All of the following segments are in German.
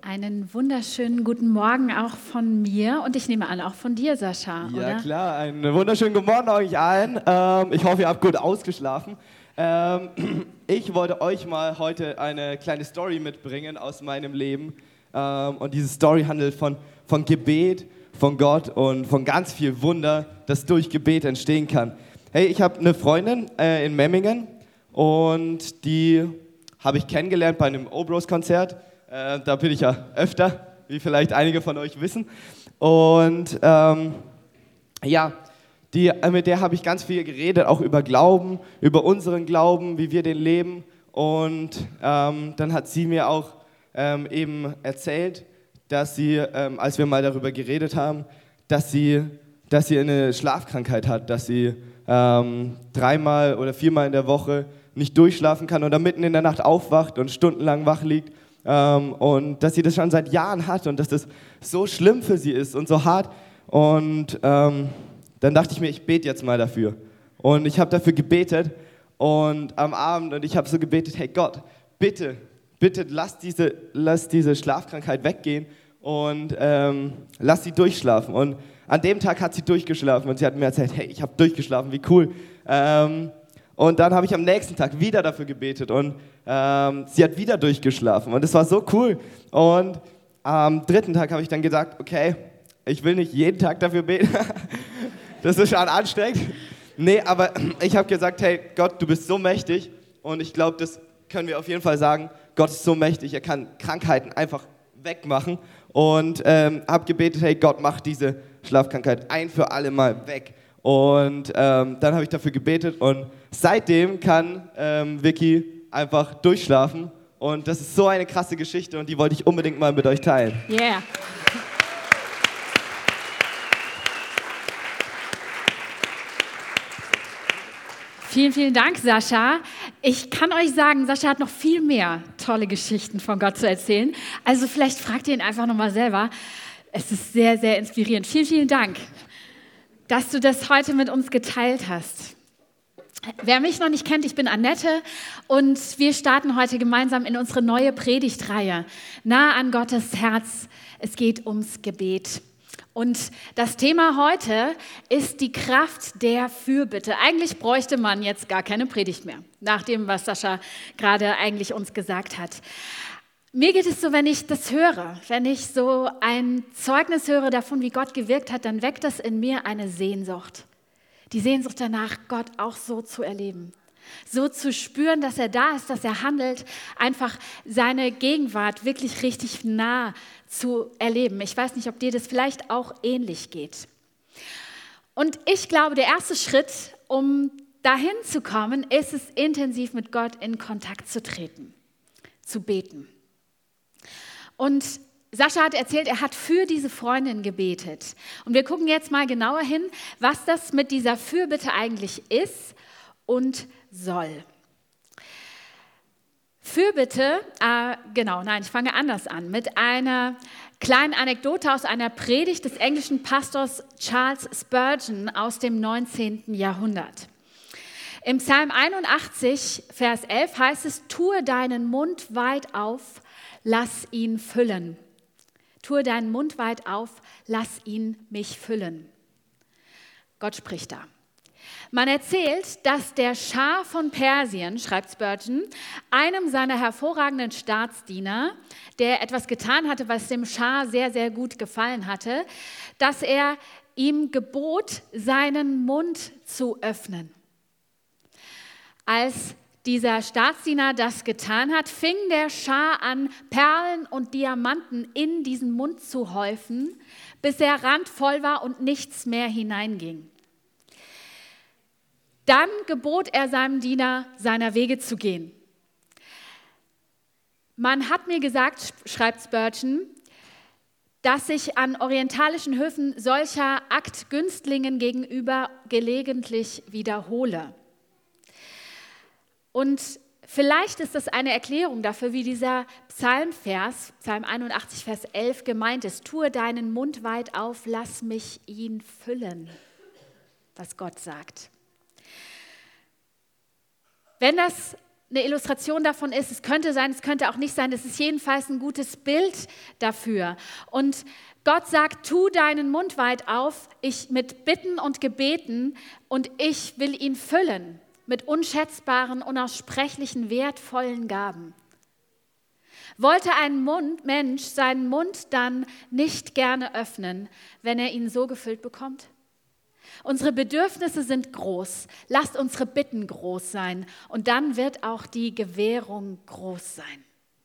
Einen wunderschönen guten Morgen auch von mir und ich nehme an, auch von dir, Sascha, Ja, oder? klar, einen wunderschönen guten Morgen euch allen. Ich hoffe, ihr habt gut ausgeschlafen. Ich wollte euch mal heute eine kleine Story mitbringen aus meinem Leben. Und diese Story handelt von Gebet, von Gott und von ganz viel Wunder, das durch Gebet entstehen kann. Hey, ich habe eine Freundin in Memmingen und die habe ich kennengelernt bei einem Obros-Konzert. Da bin ich ja öfter, wie vielleicht einige von euch wissen. Und mit der habe ich ganz viel geredet, auch über Glauben, über unseren Glauben, wie wir den leben. Und dann hat sie mir auch eben erzählt, dass sie, als wir mal darüber geredet haben, dass sie eine Schlafkrankheit hat, dass sie 3-mal oder 4-mal in der Woche nicht durchschlafen kann oder mitten in der Nacht aufwacht und stundenlang wach liegt. Und dass sie das schon seit Jahren hat und dass das so schlimm für sie ist und so hart. Und dann dachte ich mir, ich bete jetzt mal dafür. Und ich habe dafür gebetet und am Abend, und ich habe so gebetet, hey Gott, bitte, bitte lass diese Schlafkrankheit weggehen und lass sie durchschlafen. Und an dem Tag hat sie durchgeschlafen und sie hat mir erzählt, hey, ich habe durchgeschlafen, wie cool. Und dann habe ich am nächsten Tag wieder dafür gebetet und sie hat wieder durchgeschlafen und es war so cool. Und am 3. Tag habe ich dann gesagt, okay, ich will nicht jeden Tag dafür beten, das ist schon anstrengend. Nee, aber ich habe gesagt, hey Gott, du bist so mächtig und ich glaube, das können wir auf jeden Fall sagen, Gott ist so mächtig, er kann Krankheiten einfach wegmachen und habe gebetet, hey Gott, mach diese Schlafkrankheit ein für alle Mal weg. Und dann habe ich dafür gebetet und seitdem kann Vicky einfach durchschlafen und das ist so eine krasse Geschichte und die wollte ich unbedingt mal mit euch teilen. Yeah. Vielen, vielen Dank, Sascha. Ich kann euch sagen, Sascha hat noch viel mehr tolle Geschichten von Gott zu erzählen. Also vielleicht fragt ihr ihn einfach nochmal selber. Es ist sehr, sehr inspirierend. Vielen, vielen Dank, dass du das heute mit uns geteilt hast. Wer mich noch nicht kennt, ich bin Annette und wir starten heute gemeinsam in unsere neue Predigtreihe. Nah an Gottes Herz. Es geht ums Gebet. Und das Thema heute ist die Kraft der Fürbitte. Eigentlich bräuchte man jetzt gar keine Predigt mehr, nach dem, was Sascha gerade eigentlich uns gesagt hat. Mir geht es so, wenn ich das höre, wenn ich so ein Zeugnis höre davon, wie Gott gewirkt hat, dann weckt das in mir eine Sehnsucht. Die Sehnsucht danach, Gott auch so zu erleben. So zu spüren, dass er da ist, dass er handelt, einfach seine Gegenwart wirklich richtig nah zu erleben. Ich weiß nicht, ob dir das vielleicht auch ähnlich geht. Und ich glaube, der erste Schritt, um dahin zu kommen, ist es, intensiv mit Gott in Kontakt zu treten, zu beten. Und Sascha hat erzählt, er hat für diese Freundin gebetet. Und wir gucken jetzt mal genauer hin, was das mit dieser Fürbitte eigentlich ist und soll. Fürbitte, ich fange anders an, mit einer kleinen Anekdote aus einer Predigt des englischen Pastors Charles Spurgeon aus dem 19. Jahrhundert. Im Psalm 81, Vers 11 heißt es, tue deinen Mund weit auf, lass ihn füllen. Tue deinen Mund weit auf, lass ihn mich füllen. Gott spricht da. Man erzählt, dass der Schah von Persien, schreibt Spurgeon, einem seiner hervorragenden Staatsdiener, der etwas getan hatte, was dem Schah sehr, sehr gut gefallen hatte, dass er ihm gebot, seinen Mund zu öffnen. Als dieser Staatsdiener das getan hat, fing der Schah an, Perlen und Diamanten in diesen Mund zu häufen, bis er randvoll war und nichts mehr hineinging. Dann gebot er seinem Diener, seiner Wege zu gehen. Man hat mir gesagt, schreibt Spurgeon, dass sich an orientalischen Höfen solcher Akt Günstlingen gegenüber gelegentlich wiederhole. Und vielleicht ist das eine Erklärung dafür, wie dieser Psalmvers, Psalm 81, Vers 11 gemeint ist. Tue deinen Mund weit auf, lass mich ihn füllen, was Gott sagt. Wenn das eine Illustration davon ist. Es könnte sein, es könnte auch nicht sein. Es ist jedenfalls ein gutes Bild dafür. Und Gott sagt, tu deinen Mund weit auf, ich mit Bitten und Gebeten, und ich will ihn füllen mit unschätzbaren, unaussprechlichen, wertvollen Gaben. Wollte ein Mensch seinen Mund dann nicht gerne öffnen, wenn er ihn so gefüllt bekommt? Unsere Bedürfnisse sind groß. Lasst unsere Bitten groß sein und dann wird auch die Gewährung groß sein.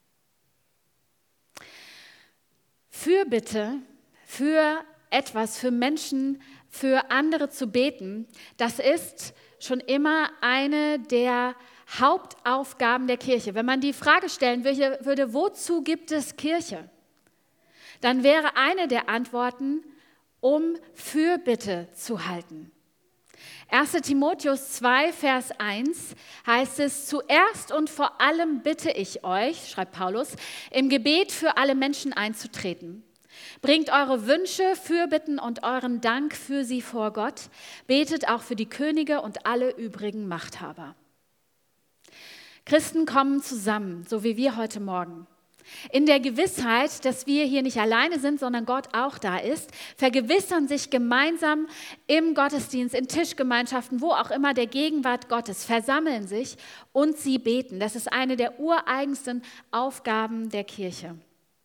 Fürbitte, für etwas, für Menschen, für andere zu beten, das ist schon immer eine der Hauptaufgaben der Kirche. Wenn man die Frage stellen würde, wozu gibt es Kirche? Dann wäre eine der Antworten, um Fürbitte zu halten. 1. Timotheus 2, Vers 1 heißt es, zuerst und vor allem bitte ich euch, schreibt Paulus, im Gebet für alle Menschen einzutreten. Bringt eure Wünsche, Fürbitten und euren Dank für sie vor Gott. Betet auch für die Könige und alle übrigen Machthaber. Christen kommen zusammen, so wie wir heute Morgen. In der Gewissheit, dass wir hier nicht alleine sind, sondern Gott auch da ist, vergewissern sich gemeinsam im Gottesdienst, in Tischgemeinschaften, wo auch immer, der Gegenwart Gottes, versammeln sich und sie beten. Das ist eine der ureigensten Aufgaben der Kirche.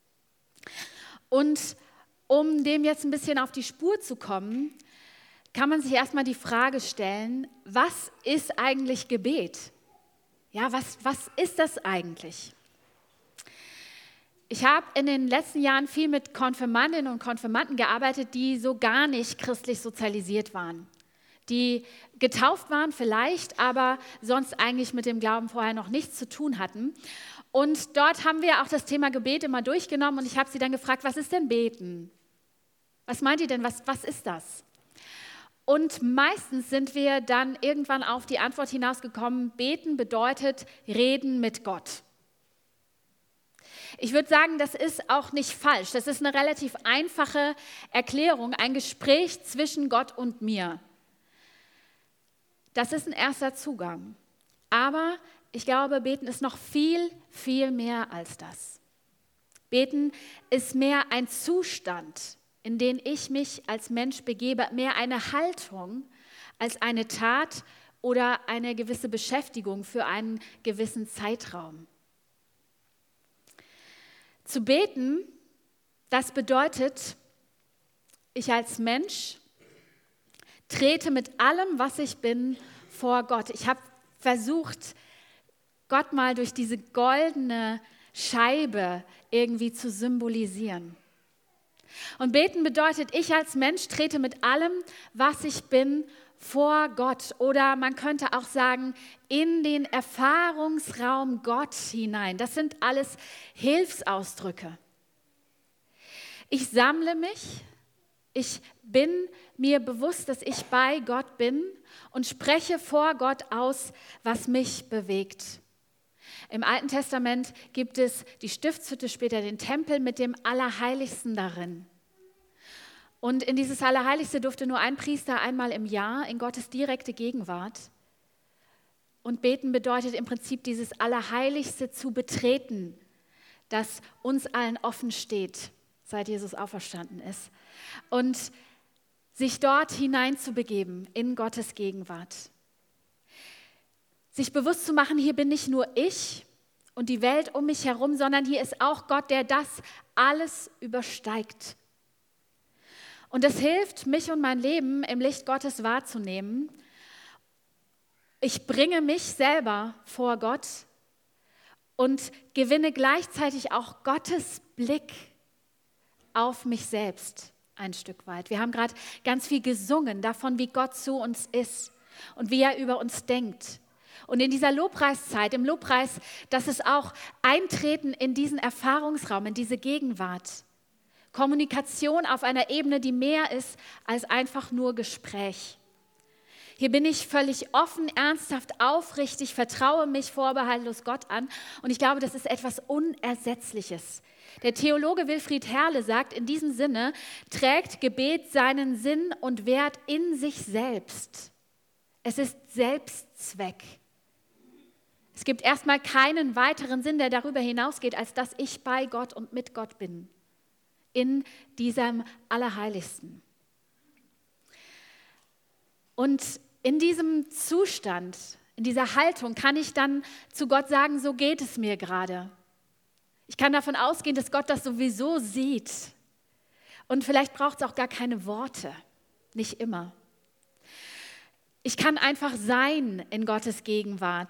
Und um dem jetzt ein bisschen auf die Spur zu kommen, kann man sich erstmal die Frage stellen, was ist eigentlich Gebet? Ja, was ist das eigentlich? Ich habe in den letzten Jahren viel mit Konfirmandinnen und Konfirmanden gearbeitet, die so gar nicht christlich sozialisiert waren. Die getauft waren vielleicht, aber sonst eigentlich mit dem Glauben vorher noch nichts zu tun hatten. Und dort haben wir auch das Thema Gebet immer durchgenommen und ich habe sie dann gefragt, was ist denn Beten? Was meint ihr denn, was ist das? Und meistens sind wir dann irgendwann auf die Antwort hinausgekommen, Beten bedeutet Reden mit Gott. Ich würde sagen, das ist auch nicht falsch. Das ist eine relativ einfache Erklärung, ein Gespräch zwischen Gott und mir. Das ist ein erster Zugang. Aber ich glaube, Beten ist noch viel, viel mehr als das. Beten ist mehr ein Zustand, in den ich mich als Mensch begebe, mehr eine Haltung als eine Tat oder eine gewisse Beschäftigung für einen gewissen Zeitraum. Zu beten, das bedeutet, ich als Mensch trete mit allem, was ich bin, vor Gott. Ich habe versucht, Gott mal durch diese goldene Scheibe irgendwie zu symbolisieren. Und beten bedeutet, ich als Mensch trete mit allem, was ich bin, vor Gott. Oder man könnte auch sagen, in den Erfahrungsraum Gott hinein. Das sind alles Hilfsausdrücke. Ich sammle mich, ich bin mir bewusst, dass ich bei Gott bin und spreche vor Gott aus, was mich bewegt. Im Alten Testament gibt es die Stiftshütte, später den Tempel mit dem Allerheiligsten darin. Und in dieses Allerheiligste durfte nur ein Priester einmal im Jahr in Gottes direkte Gegenwart. Und beten bedeutet im Prinzip dieses Allerheiligste zu betreten, das uns allen offen steht, seit Jesus auferstanden ist. Und sich dort hineinzubegeben in Gottes Gegenwart. Sich bewusst zu machen, hier bin nicht nur ich und die Welt um mich herum, sondern hier ist auch Gott, der das alles übersteigt. Und das hilft, mich und mein Leben im Licht Gottes wahrzunehmen. Ich bringe mich selber vor Gott und gewinne gleichzeitig auch Gottes Blick auf mich selbst ein Stück weit. Wir haben gerade ganz viel gesungen davon, wie Gott zu uns ist und wie er über uns denkt. Und in dieser Lobpreiszeit, im Lobpreis, das ist auch Eintreten in diesen Erfahrungsraum, in diese Gegenwart. Kommunikation auf einer Ebene, die mehr ist als einfach nur Gespräch. Hier bin ich völlig offen, ernsthaft, aufrichtig, vertraue mich vorbehaltlos Gott an. Und ich glaube, das ist etwas Unersetzliches. Der Theologe Wilfried Herle sagt, in diesem Sinne trägt Gebet seinen Sinn und Wert in sich selbst. Es ist Selbstzweck. Es gibt erstmal keinen weiteren Sinn, der darüber hinausgeht, als dass ich bei Gott und mit Gott bin. In diesem Allerheiligsten. Und in diesem Zustand, in dieser Haltung kann ich dann zu Gott sagen, so geht es mir gerade. Ich kann davon ausgehen, dass Gott das sowieso sieht. Und vielleicht braucht es auch gar keine Worte. Nicht immer. Ich kann einfach sein in Gottes Gegenwart.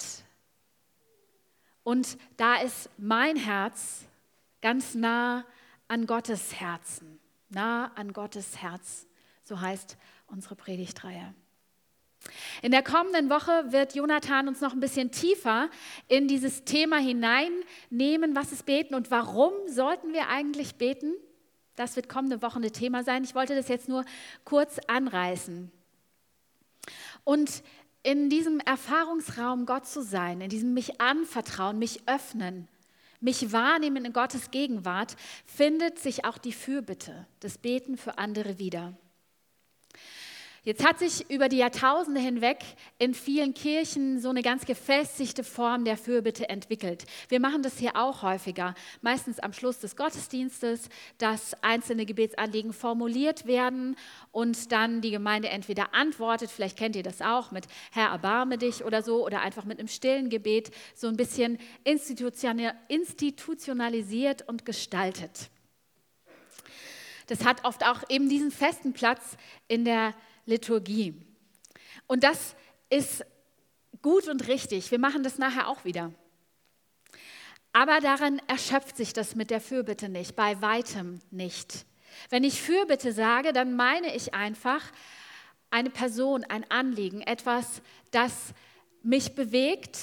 Und da ist mein Herz ganz nah an Gottes Herzen. Nah an Gottes Herz. So heißt unsere Predigtreihe. In der kommenden Woche wird Jonathan uns noch ein bisschen tiefer in dieses Thema hineinnehmen, was ist Beten und warum sollten wir eigentlich beten? Das wird kommende Woche ein Thema sein. Ich wollte das jetzt nur kurz anreißen. Und in diesem Erfahrungsraum Gott zu sein, in diesem mich anvertrauen, mich öffnen, mich wahrnehmen in Gottes Gegenwart, findet sich auch die Fürbitte, das Beten für andere wieder. Jetzt hat sich über die Jahrtausende hinweg in vielen Kirchen so eine ganz gefestigte Form der Fürbitte entwickelt. Wir machen das hier auch häufiger, meistens am Schluss des Gottesdienstes, dass einzelne Gebetsanliegen formuliert werden und dann die Gemeinde entweder antwortet, vielleicht kennt ihr das auch mit Herr, erbarme dich oder so, oder einfach mit einem stillen Gebet so ein bisschen institutionalisiert und gestaltet. Das hat oft auch eben diesen festen Platz in der Liturgie. Und das ist gut und richtig. Wir machen das nachher auch wieder. Aber darin erschöpft sich das mit der Fürbitte nicht, bei weitem nicht. Wenn ich Fürbitte sage, dann meine ich einfach eine Person, ein Anliegen, etwas, das mich bewegt,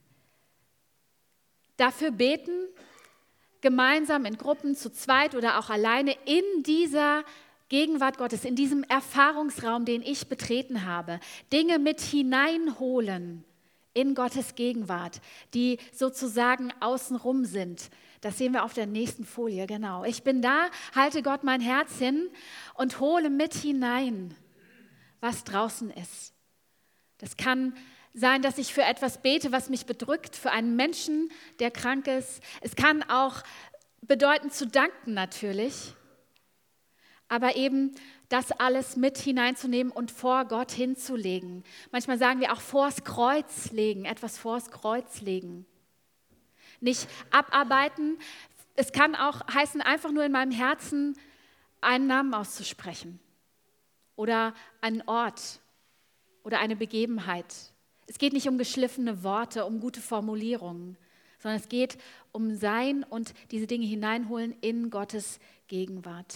dafür beten, gemeinsam in Gruppen, zu zweit oder auch alleine in dieser Gegenwart Gottes, in diesem Erfahrungsraum, den ich betreten habe, Dinge mit hineinholen in Gottes Gegenwart, die sozusagen außenrum sind. Das sehen wir auf der nächsten Folie, genau. Ich bin da, halte Gott mein Herz hin und hole mit hinein, was draußen ist. Das kann sein, dass ich für etwas bete, was mich bedrückt, für einen Menschen, der krank ist. Es kann auch bedeuten, zu danken natürlich. Aber eben das alles mit hineinzunehmen und vor Gott hinzulegen. Manchmal sagen wir auch vors Kreuz legen, etwas vors Kreuz legen. Nicht abarbeiten. Es kann auch heißen, einfach nur in meinem Herzen einen Namen auszusprechen. Oder einen Ort oder eine Begebenheit. Es geht nicht um geschliffene Worte, um gute Formulierungen, sondern es geht um Sein und diese Dinge hineinholen in Gottes Gegenwart.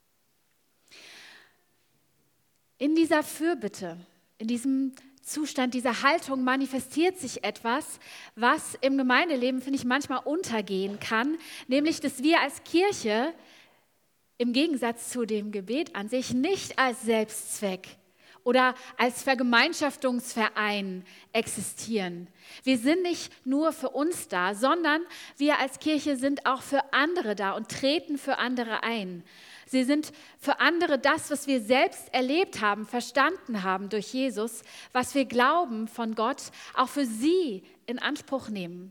In dieser Fürbitte, in diesem Zustand, dieser Haltung manifestiert sich etwas, was im Gemeindeleben, finde ich, manchmal untergehen kann, nämlich, dass wir als Kirche im Gegensatz zu dem Gebet an sich nicht als Selbstzweck oder als Vergemeinschaftungsverein existieren. Wir sind nicht nur für uns da, sondern wir als Kirche sind auch für andere da und treten für andere ein. Sie sind für andere das, was wir selbst erlebt haben, verstanden haben durch Jesus, was wir glauben von Gott, auch für sie in Anspruch nehmen.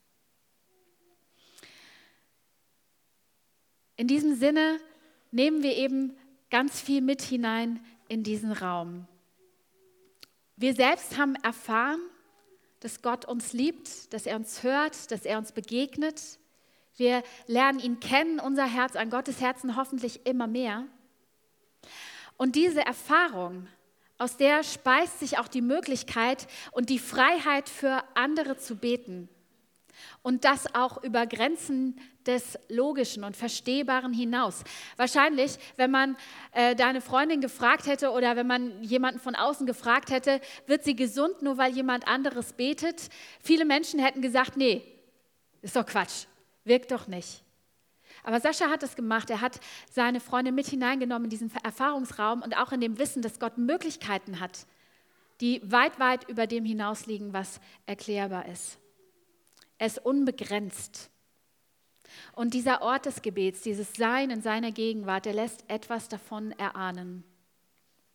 In diesem Sinne nehmen wir eben ganz viel mit hinein in diesen Raum. Wir selbst haben erfahren, dass Gott uns liebt, dass er uns hört, dass er uns begegnet. Wir lernen ihn kennen, unser Herz an Gottes Herzen hoffentlich immer mehr. Und diese Erfahrung, aus der speist sich auch die Möglichkeit und die Freiheit für andere zu beten. Und das auch über Grenzen des Logischen und Verstehbaren hinaus. Wahrscheinlich, wenn man deine Freundin gefragt hätte oder wenn man jemanden von außen gefragt hätte, wird sie gesund, nur weil jemand anderes betet? Viele Menschen hätten gesagt, nee, ist doch Quatsch. Wirkt doch nicht. Aber Sascha hat es gemacht. Er hat seine Freundin mit hineingenommen in diesen Erfahrungsraum und auch in dem Wissen, dass Gott Möglichkeiten hat, die weit, weit über dem hinausliegen, was erklärbar ist. Er ist unbegrenzt. Und dieser Ort des Gebets, dieses Sein in seiner Gegenwart, der lässt etwas davon erahnen.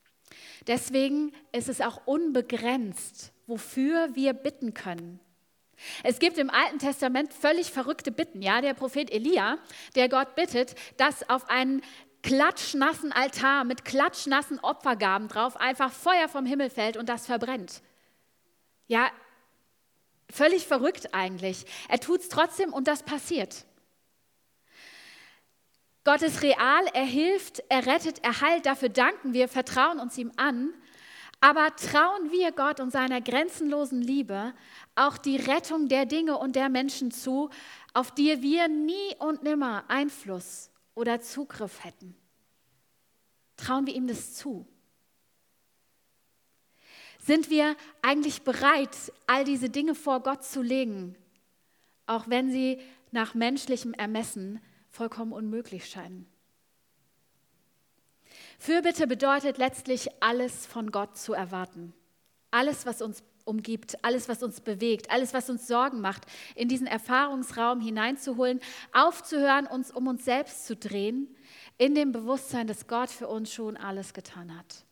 Deswegen ist es auch unbegrenzt, wofür wir bitten können. Es gibt im Alten Testament völlig verrückte Bitten. Ja, der Prophet Elia, der Gott bittet, dass auf einen klatschnassen Altar mit klatschnassen Opfergaben drauf einfach Feuer vom Himmel fällt und das verbrennt. Ja, völlig verrückt eigentlich. Er tut es trotzdem und das passiert. Gott ist real, er hilft, er rettet, er heilt. Dafür danken wir, vertrauen uns ihm an. Aber trauen wir Gott und seiner grenzenlosen Liebe auch die Rettung der Dinge und der Menschen zu, auf die wir nie und nimmer Einfluss oder Zugriff hätten? Trauen wir ihm das zu? Sind wir eigentlich bereit, all diese Dinge vor Gott zu legen, auch wenn sie nach menschlichem Ermessen vollkommen unmöglich scheinen? Fürbitte bedeutet letztlich, alles von Gott zu erwarten. Alles, was uns umgibt, alles, was uns bewegt, alles, was uns Sorgen macht, in diesen Erfahrungsraum hineinzuholen, aufzuhören, uns um uns selbst zu drehen, in dem Bewusstsein, dass Gott für uns schon alles getan hat.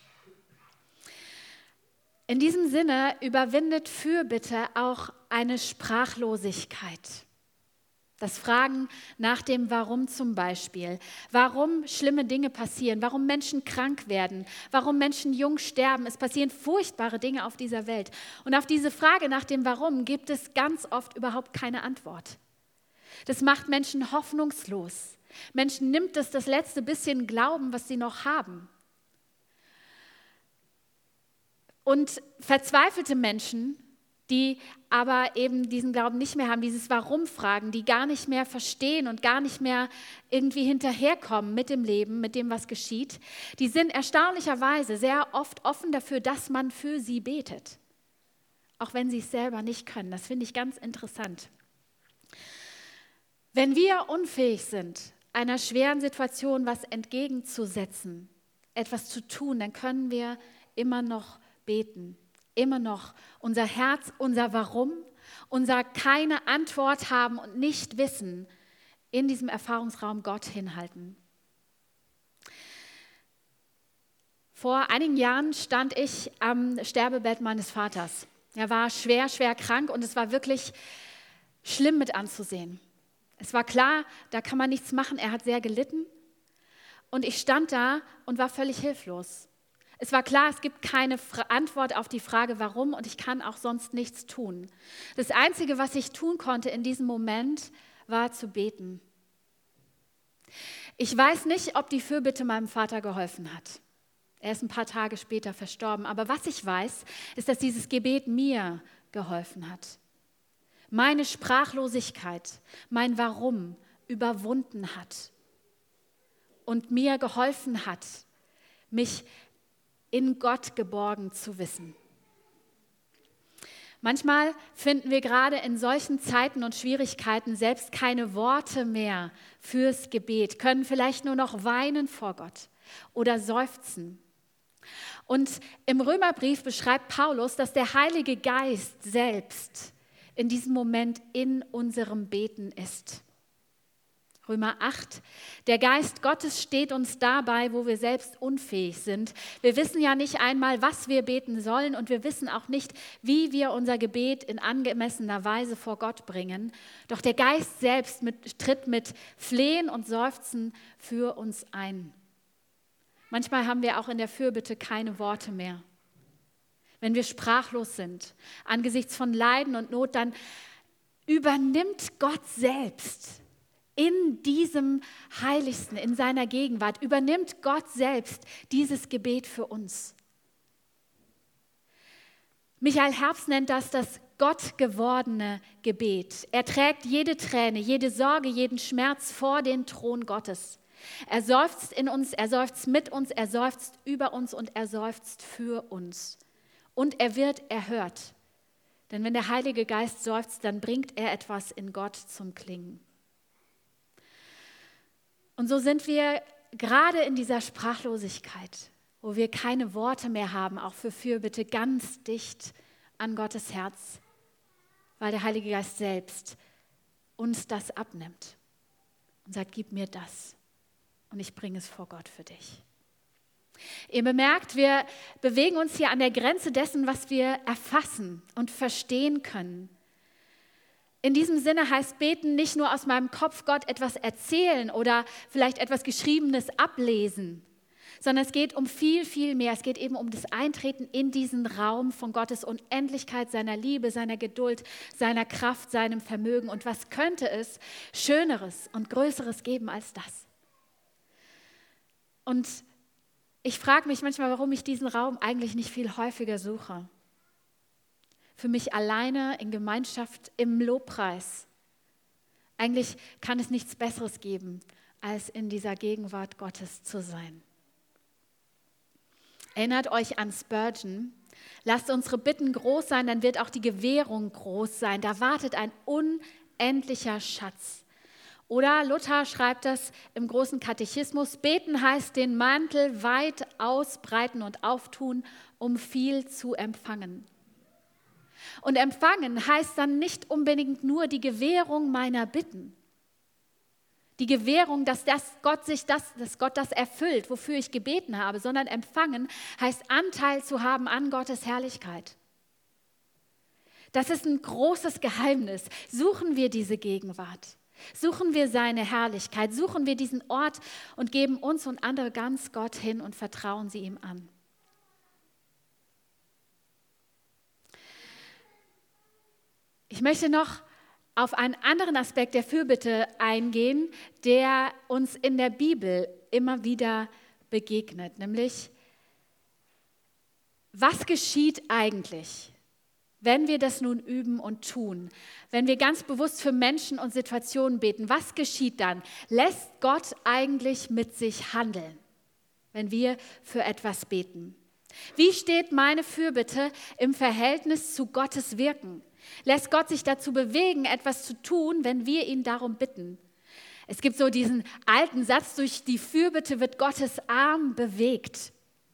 In diesem Sinne überwindet Fürbitte auch eine Sprachlosigkeit. Das Fragen nach dem Warum zum Beispiel. Warum schlimme Dinge passieren, warum Menschen krank werden, warum Menschen jung sterben. Es passieren furchtbare Dinge auf dieser Welt. Und auf diese Frage nach dem Warum gibt es ganz oft überhaupt keine Antwort. Das macht Menschen hoffnungslos. Menschen nimmt es das letzte bisschen Glauben, was sie noch haben. Und verzweifelte Menschen, die aber eben diesen Glauben nicht mehr haben, dieses Warum-Fragen, die gar nicht mehr verstehen und gar nicht mehr irgendwie hinterherkommen mit dem Leben, mit dem, was geschieht, die sind erstaunlicherweise sehr oft offen dafür, dass man für sie betet, auch wenn sie es selber nicht können. Das finde ich ganz interessant. Wenn wir unfähig sind, einer schweren Situation was entgegenzusetzen, etwas zu tun, dann können wir immer noch beten. Immer noch unser Herz, unser Warum, unser keine Antwort haben und nicht wissen, in diesem Erfahrungsraum Gott hinhalten. Vor einigen Jahren stand ich am Sterbebett meines Vaters. Er war schwer, schwer krank und es war wirklich schlimm mit anzusehen. Es war klar, da kann man nichts machen, er hat sehr gelitten und ich stand da und war völlig hilflos. Es war klar, es gibt keine Antwort auf die Frage, warum, und ich kann auch sonst nichts tun. Das Einzige, was ich tun konnte in diesem Moment, war zu beten. Ich weiß nicht, ob die Fürbitte meinem Vater geholfen hat. Er ist ein paar Tage später verstorben. Aber was ich weiß, ist, dass dieses Gebet mir geholfen hat. Meine Sprachlosigkeit, mein Warum überwunden hat und mir geholfen hat, mich in Gott geborgen zu wissen. Manchmal finden wir gerade in solchen Zeiten und Schwierigkeiten selbst keine Worte mehr fürs Gebet, können vielleicht nur noch weinen vor Gott oder seufzen. Und im Römerbrief beschreibt Paulus, dass der Heilige Geist selbst in diesem Moment in unserem Beten ist. Römer 8, der Geist Gottes steht uns dabei, wo wir selbst unfähig sind. Wir wissen ja nicht einmal, was wir beten sollen und wir wissen auch nicht, wie wir unser Gebet in angemessener Weise vor Gott bringen. Doch der Geist selbst tritt mit Flehen und Seufzen für uns ein. Manchmal haben wir auch in der Fürbitte keine Worte mehr. Wenn wir sprachlos sind, angesichts von Leiden und Not, dann übernimmt Gott selbst in diesem Heiligsten, in seiner Gegenwart, übernimmt Gott selbst dieses Gebet für uns. Michael Herbst nennt das gottgewordene Gebet. Er trägt jede Träne, jede Sorge, jeden Schmerz vor den Thron Gottes. Er seufzt in uns, er seufzt mit uns, er seufzt über uns und er seufzt für uns. Und er wird erhört. Denn wenn der Heilige Geist seufzt, dann bringt er etwas in Gott zum Klingen. Und so sind wir gerade in dieser Sprachlosigkeit, wo wir keine Worte mehr haben, auch für Fürbitte, ganz dicht an Gottes Herz, weil der Heilige Geist selbst uns das abnimmt und sagt, gib mir das und ich bringe es vor Gott für dich. Ihr bemerkt, wir bewegen uns hier an der Grenze dessen, was wir erfassen und verstehen können. In diesem Sinne heißt beten nicht nur aus meinem Kopf Gott etwas erzählen oder vielleicht etwas Geschriebenes ablesen, sondern es geht um viel, viel mehr. Es geht eben um das Eintreten in diesen Raum von Gottes Unendlichkeit, seiner Liebe, seiner Geduld, seiner Kraft, seinem Vermögen. Und was könnte es Schöneres und Größeres geben als das? Und ich frage mich manchmal, warum ich diesen Raum eigentlich nicht viel häufiger suche. Für mich alleine, in Gemeinschaft, im Lobpreis. Eigentlich kann es nichts Besseres geben, als in dieser Gegenwart Gottes zu sein. Erinnert euch an Spurgeon. Lasst unsere Bitten groß sein, dann wird auch die Gewährung groß sein. Da wartet ein unendlicher Schatz. Oder Luther schreibt das im großen Katechismus: Beten heißt den Mantel weit ausbreiten und auftun, um viel zu empfangen. Und empfangen heißt dann nicht unbedingt nur die Gewährung meiner Bitten. Die Gewährung, dass Gott das erfüllt, wofür ich gebeten habe, sondern empfangen heißt Anteil zu haben an Gottes Herrlichkeit. Das ist ein großes Geheimnis. Suchen wir diese Gegenwart, suchen wir seine Herrlichkeit, suchen wir diesen Ort und geben uns und andere ganz Gott hin und vertrauen sie ihm an. Ich möchte noch auf einen anderen Aspekt der Fürbitte eingehen, der uns in der Bibel immer wieder begegnet, nämlich: Was geschieht eigentlich, wenn wir das nun üben und tun, wenn wir ganz bewusst für Menschen und Situationen beten? Was geschieht dann? Lässt Gott eigentlich mit sich handeln, wenn wir für etwas beten? Wie steht meine Fürbitte im Verhältnis zu Gottes Wirken? Lässt Gott sich dazu bewegen, etwas zu tun, wenn wir ihn darum bitten? Es gibt so diesen alten Satz: Durch die Fürbitte wird Gottes Arm bewegt.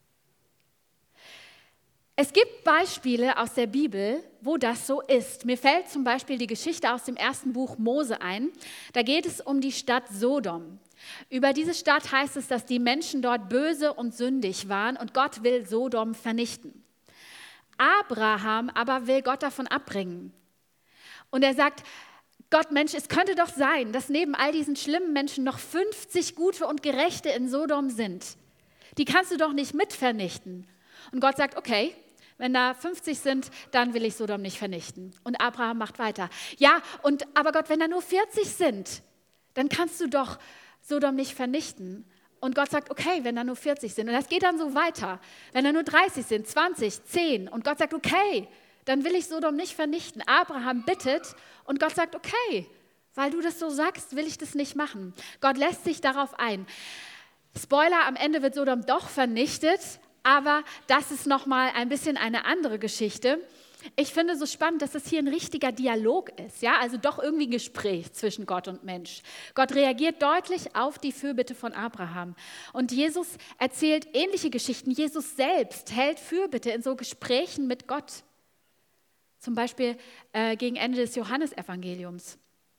Es gibt Beispiele aus der Bibel, wo das so ist. Mir fällt zum Beispiel die Geschichte aus dem ersten Buch Mose ein. Da geht es um die Stadt Sodom. Über diese Stadt heißt es, dass die Menschen dort böse und sündig waren und Gott will Sodom vernichten. Abraham aber will Gott davon abbringen. Und er sagt: Gott, Mensch, es könnte doch sein, dass neben all diesen schlimmen Menschen noch 50 gute und Gerechte in Sodom sind. Die kannst du doch nicht mit vernichten. Und Gott sagt: Okay, wenn da 50 sind, dann will ich Sodom nicht vernichten. Und Abraham macht weiter: Ja, aber Gott, wenn da nur 40 sind, dann kannst du doch Sodom nicht vernichten. Und Gott sagt: Okay, wenn da nur 40 sind. Und das geht dann so weiter. Wenn da nur 30 sind, 20, 10. Und Gott sagt: Okay, dann will ich Sodom nicht vernichten. Abraham bittet und Gott sagt: Okay, weil du das so sagst, will ich das nicht machen. Gott lässt sich darauf ein. Spoiler, am Ende wird Sodom doch vernichtet, aber das ist nochmal ein bisschen eine andere Geschichte. Ich finde so spannend, dass das hier ein richtiger Dialog ist, ja? Also doch irgendwie ein Gespräch zwischen Gott und Mensch. Gott reagiert deutlich auf die Fürbitte von Abraham. Und Jesus erzählt ähnliche Geschichten. Jesus selbst hält Fürbitte in so Gesprächen mit Gott. Zum Beispiel gegen Ende des Johannesevangeliums.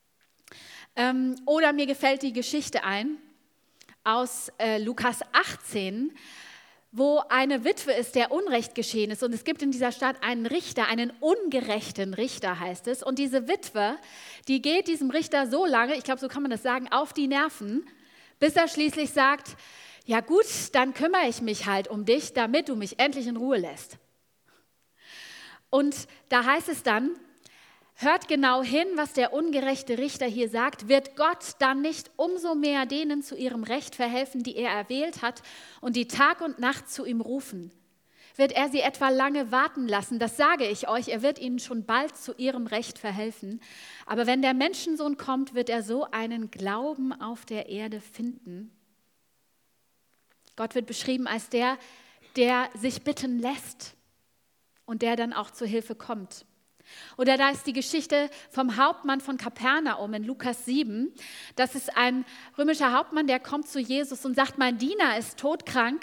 Oder mir gefällt die Geschichte ein aus Lukas 18, wo eine Witwe ist, der Unrecht geschehen ist. Und es gibt in dieser Stadt einen Richter, einen ungerechten Richter heißt es. Und diese Witwe, die geht diesem Richter so lange, ich glaube, so kann man das sagen, auf die Nerven, bis er schließlich sagt: Ja gut, dann kümmere ich mich halt um dich, damit du mich endlich in Ruhe lässt. Und da heißt es dann: Hört genau hin, was der ungerechte Richter hier sagt. Wird Gott dann nicht umso mehr denen zu ihrem Recht verhelfen, die er erwählt hat und die Tag und Nacht zu ihm rufen? Wird er sie etwa lange warten lassen? Das sage ich euch, er wird ihnen schon bald zu ihrem Recht verhelfen. Aber wenn der Menschensohn kommt, wird er so einen Glauben auf der Erde finden. Gott wird beschrieben als der sich bitten lässt und der dann auch zur Hilfe kommt. Oder da ist die Geschichte vom Hauptmann von Kapernaum in Lukas 7. Das ist ein römischer Hauptmann, der kommt zu Jesus und sagt: Mein Diener ist todkrank,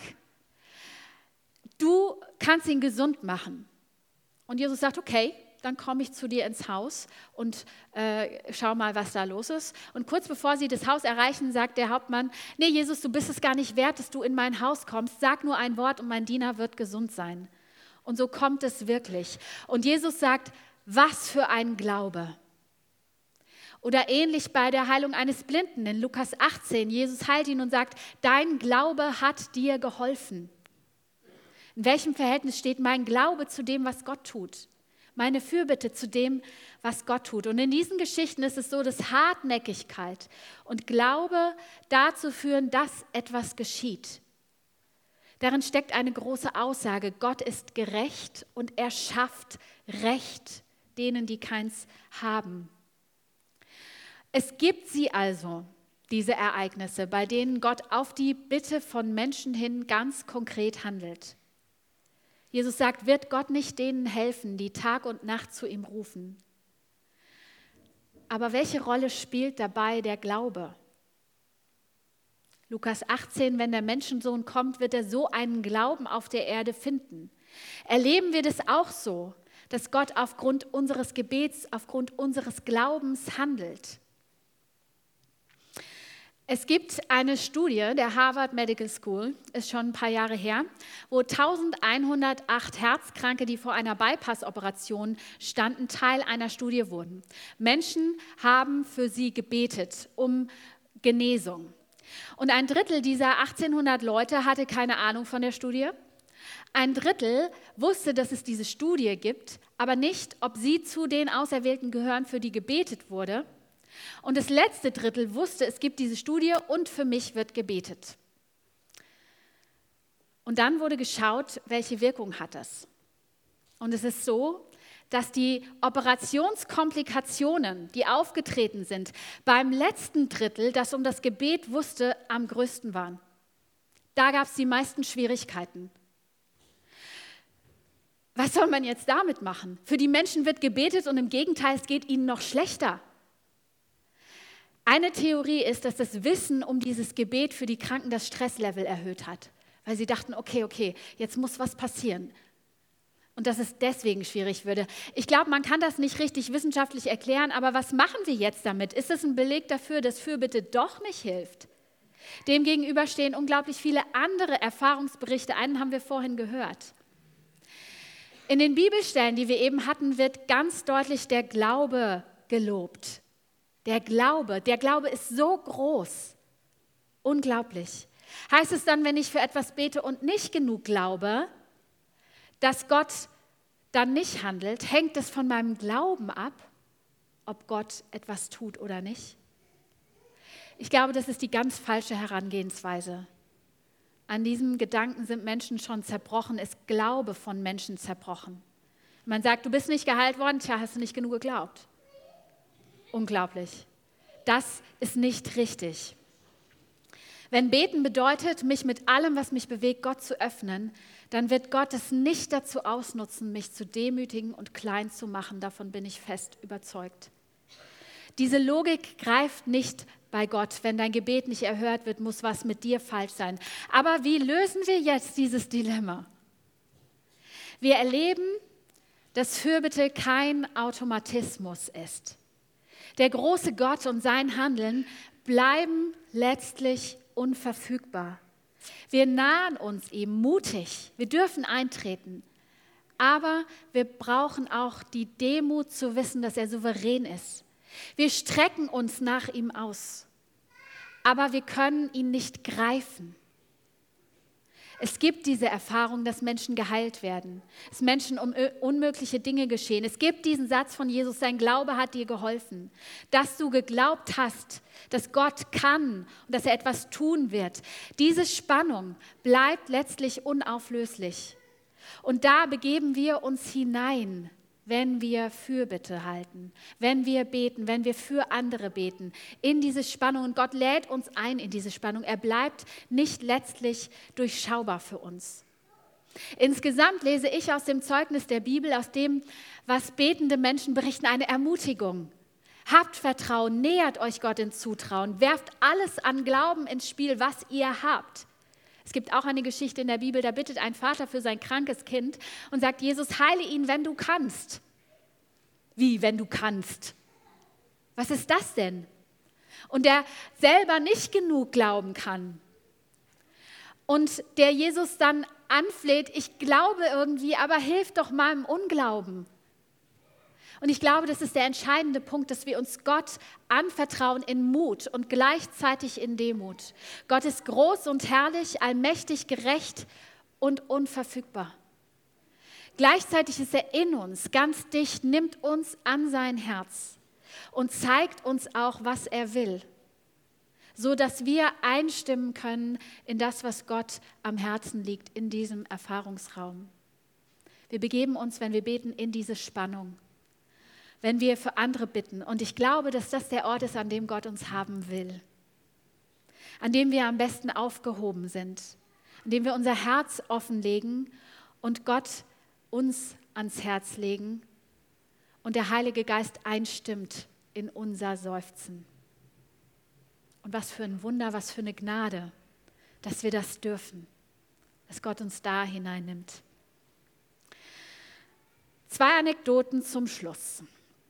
du kannst ihn gesund machen. Und Jesus sagt: Okay, dann komme ich zu dir ins Haus und schau mal, was da los ist. Und kurz bevor sie das Haus erreichen, sagt der Hauptmann: Nee, Jesus, du bist es gar nicht wert, dass du in mein Haus kommst. Sag nur ein Wort und mein Diener wird gesund sein. Und so kommt es wirklich. Und Jesus sagt: Was für ein Glaube. Oder ähnlich bei der Heilung eines Blinden in Lukas 18. Jesus heilt ihn und sagt, dein Glaube hat dir geholfen. In welchem Verhältnis steht mein Glaube zu dem, was Gott tut? Meine Fürbitte zu dem, was Gott tut. Und in diesen Geschichten ist es so, dass Hartnäckigkeit und Glaube dazu führen, dass etwas geschieht. Darin steckt eine große Aussage. Gott ist gerecht und er schafft Recht denen, die keins haben. Es gibt sie also, diese Ereignisse, bei denen Gott auf die Bitte von Menschen hin ganz konkret handelt. Jesus sagt, wird Gott nicht denen helfen, die Tag und Nacht zu ihm rufen? Aber welche Rolle spielt dabei der Glaube? Lukas 18, wenn der Menschensohn kommt, wird er so einen Glauben auf der Erde finden. Erleben wir das auch so, dass Gott aufgrund unseres Gebets, aufgrund unseres Glaubens handelt? Es gibt eine Studie der Harvard Medical School, ist schon ein paar Jahre her, wo 1108 Herzkranke, die vor einer Bypass-Operation standen, Teil einer Studie wurden. Menschen haben für sie gebetet um Genesung. Und ein Drittel dieser 1800 Leute hatte keine Ahnung von der Studie. Ein Drittel wusste, dass es diese Studie gibt, aber nicht, ob sie zu den Auserwählten gehören, für die gebetet wurde. Und das letzte Drittel wusste, es gibt diese Studie und für mich wird gebetet. Und dann wurde geschaut, welche Wirkung hat das. Und es ist so, dass die Operationskomplikationen, die aufgetreten sind, beim letzten Drittel, das um das Gebet wusste, am größten waren. Da gab es die meisten Schwierigkeiten. Was soll man jetzt damit machen? Für die Menschen wird gebetet und im Gegenteil, es geht ihnen noch schlechter. Eine Theorie ist, dass das Wissen um dieses Gebet für die Kranken das Stresslevel erhöht hat, weil sie dachten, okay, jetzt muss was passieren. Und dass es deswegen schwierig würde. Ich glaube, man kann das nicht richtig wissenschaftlich erklären, aber was machen wir jetzt damit? Ist es ein Beleg dafür, dass Fürbitte doch nicht hilft? Demgegenüber stehen unglaublich viele andere Erfahrungsberichte. Einen haben wir vorhin gehört. In den Bibelstellen, die wir eben hatten, wird ganz deutlich der Glaube gelobt. Der Glaube ist so groß, unglaublich. Heißt es dann, wenn ich für etwas bete und nicht genug glaube, dass Gott dann nicht handelt? Hängt es von meinem Glauben ab, ob Gott etwas tut oder nicht? Ich glaube, das ist die ganz falsche Herangehensweise. An diesem Gedanken sind Menschen schon zerbrochen, ist Glaube von Menschen zerbrochen. Man sagt, du bist nicht geheilt worden, tja, hast du nicht genug geglaubt. Unglaublich. Das ist nicht richtig. Wenn Beten bedeutet, mich mit allem, was mich bewegt, Gott zu öffnen, dann wird Gott es nicht dazu ausnutzen, mich zu demütigen und klein zu machen. Davon bin ich fest überzeugt. Diese Logik greift nicht bei Gott. Wenn dein Gebet nicht erhört wird, muss was mit dir falsch sein. Aber wie lösen wir jetzt dieses Dilemma? Wir erleben, dass Fürbitte kein Automatismus ist. Der große Gott und sein Handeln bleiben letztlich unverfügbar. Wir nahen uns ihm mutig. Wir dürfen eintreten. Aber wir brauchen auch die Demut zu wissen, dass er souverän ist. Wir strecken uns nach ihm aus. Aber wir können ihn nicht greifen. Es gibt diese Erfahrung, dass Menschen geheilt werden, dass Menschen um unmögliche Dinge geschehen. Es gibt diesen Satz von Jesus, sein Glaube hat dir geholfen, dass du geglaubt hast, dass Gott kann und dass er etwas tun wird. Diese Spannung bleibt letztlich unauflöslich. Und da begeben wir uns hinein, wenn wir Fürbitte halten, wenn wir beten, wenn wir für andere beten, in diese Spannung. Und Gott lädt uns ein in diese Spannung. Er bleibt nicht letztlich durchschaubar für uns. Insgesamt lese ich aus dem Zeugnis der Bibel, aus dem, was betende Menschen berichten, eine Ermutigung. Habt Vertrauen, nähert euch Gott in Zutrauen, werft alles an Glauben ins Spiel, was ihr habt. Es gibt auch eine Geschichte in der Bibel, da bittet ein Vater für sein krankes Kind und sagt, Jesus, heile ihn, wenn du kannst. Wie, wenn du kannst? Was ist das denn? Und der selber nicht genug glauben kann. Und der Jesus dann anfleht, ich glaube irgendwie, aber hilf doch meinem Unglauben. Und ich glaube, das ist der entscheidende Punkt, dass wir uns Gott anvertrauen in Mut und gleichzeitig in Demut. Gott ist groß und herrlich, allmächtig, gerecht und unverfügbar. Gleichzeitig ist er in uns, ganz dicht, nimmt uns an sein Herz und zeigt uns auch, was er will, so dass wir einstimmen können in das, was Gott am Herzen liegt, in diesem Erfahrungsraum. Wir begeben uns, wenn wir beten, in diese Spannung, wenn wir für andere bitten. Und ich glaube, dass das der Ort ist, an dem Gott uns haben will, an dem wir am besten aufgehoben sind, an dem wir unser Herz offenlegen und Gott uns ans Herz legen und der Heilige Geist einstimmt in unser Seufzen. Und was für ein Wunder, was für eine Gnade, dass wir das dürfen, dass Gott uns da hineinnimmt. 2 Anekdoten zum Schluss.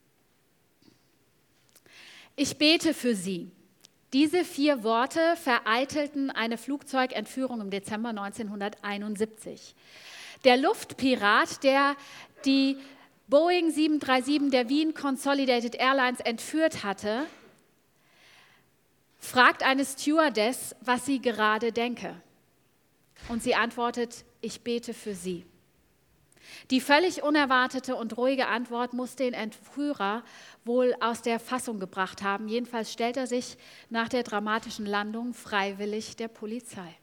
Ich bete für Sie. Diese 4 Worte vereitelten eine Flugzeugentführung im Dezember 1971. Der Luftpirat, der die Boeing 737 der Wien Consolidated Airlines entführt hatte, fragt eine Stewardess, was sie gerade denke. Und sie antwortet, ich bete für sie. Die völlig unerwartete und ruhige Antwort muss den Entführer wohl aus der Fassung gebracht haben. Jedenfalls stellt er sich nach der dramatischen Landung freiwillig der Polizei.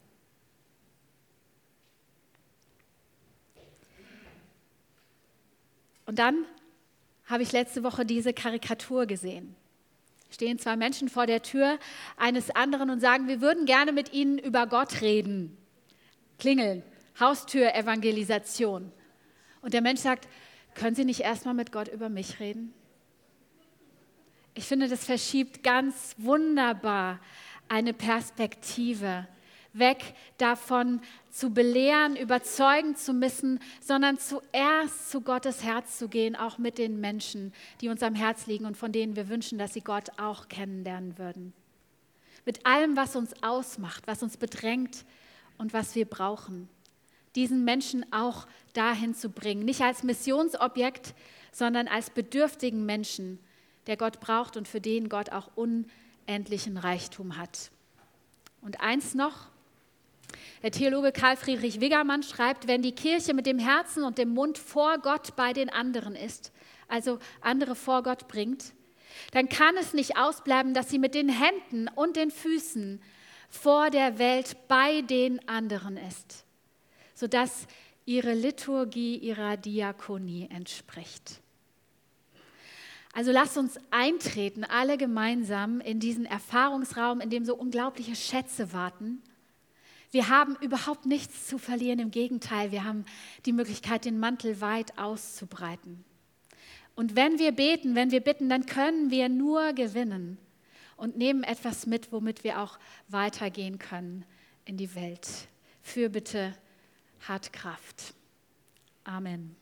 Und dann habe ich letzte Woche diese Karikatur gesehen. Stehen 2 Menschen vor der Tür eines anderen und sagen, wir würden gerne mit ihnen über Gott reden. Klingeln, Haustür-Evangelisation. Und der Mensch sagt, können Sie nicht erstmal mit Gott über mich reden? Ich finde, das verschiebt ganz wunderbar eine Perspektive. Weg davon zu belehren, überzeugen zu müssen, sondern zuerst zu Gottes Herz zu gehen, auch mit den Menschen, die uns am Herz liegen und von denen wir wünschen, dass sie Gott auch kennenlernen würden. Mit allem, was uns ausmacht, was uns bedrängt und was wir brauchen. Diesen Menschen auch dahin zu bringen, nicht als Missionsobjekt, sondern als bedürftigen Menschen, der Gott braucht und für den Gott auch unendlichen Reichtum hat. Und eins noch, der Theologe Karl Friedrich Wiggermann schreibt, wenn die Kirche mit dem Herzen und dem Mund vor Gott bei den anderen ist, also andere vor Gott bringt, dann kann es nicht ausbleiben, dass sie mit den Händen und den Füßen vor der Welt bei den anderen ist, sodass ihre Liturgie ihrer Diakonie entspricht. Also lasst uns eintreten, alle gemeinsam in diesen Erfahrungsraum, in dem so unglaubliche Schätze warten. Wir haben überhaupt nichts zu verlieren, im Gegenteil, wir haben die Möglichkeit, den Mantel weit auszubreiten. Und wenn wir beten, wenn wir bitten, dann können wir nur gewinnen und nehmen etwas mit, womit wir auch weitergehen können in die Welt. Fürbitte hat Kraft. Amen.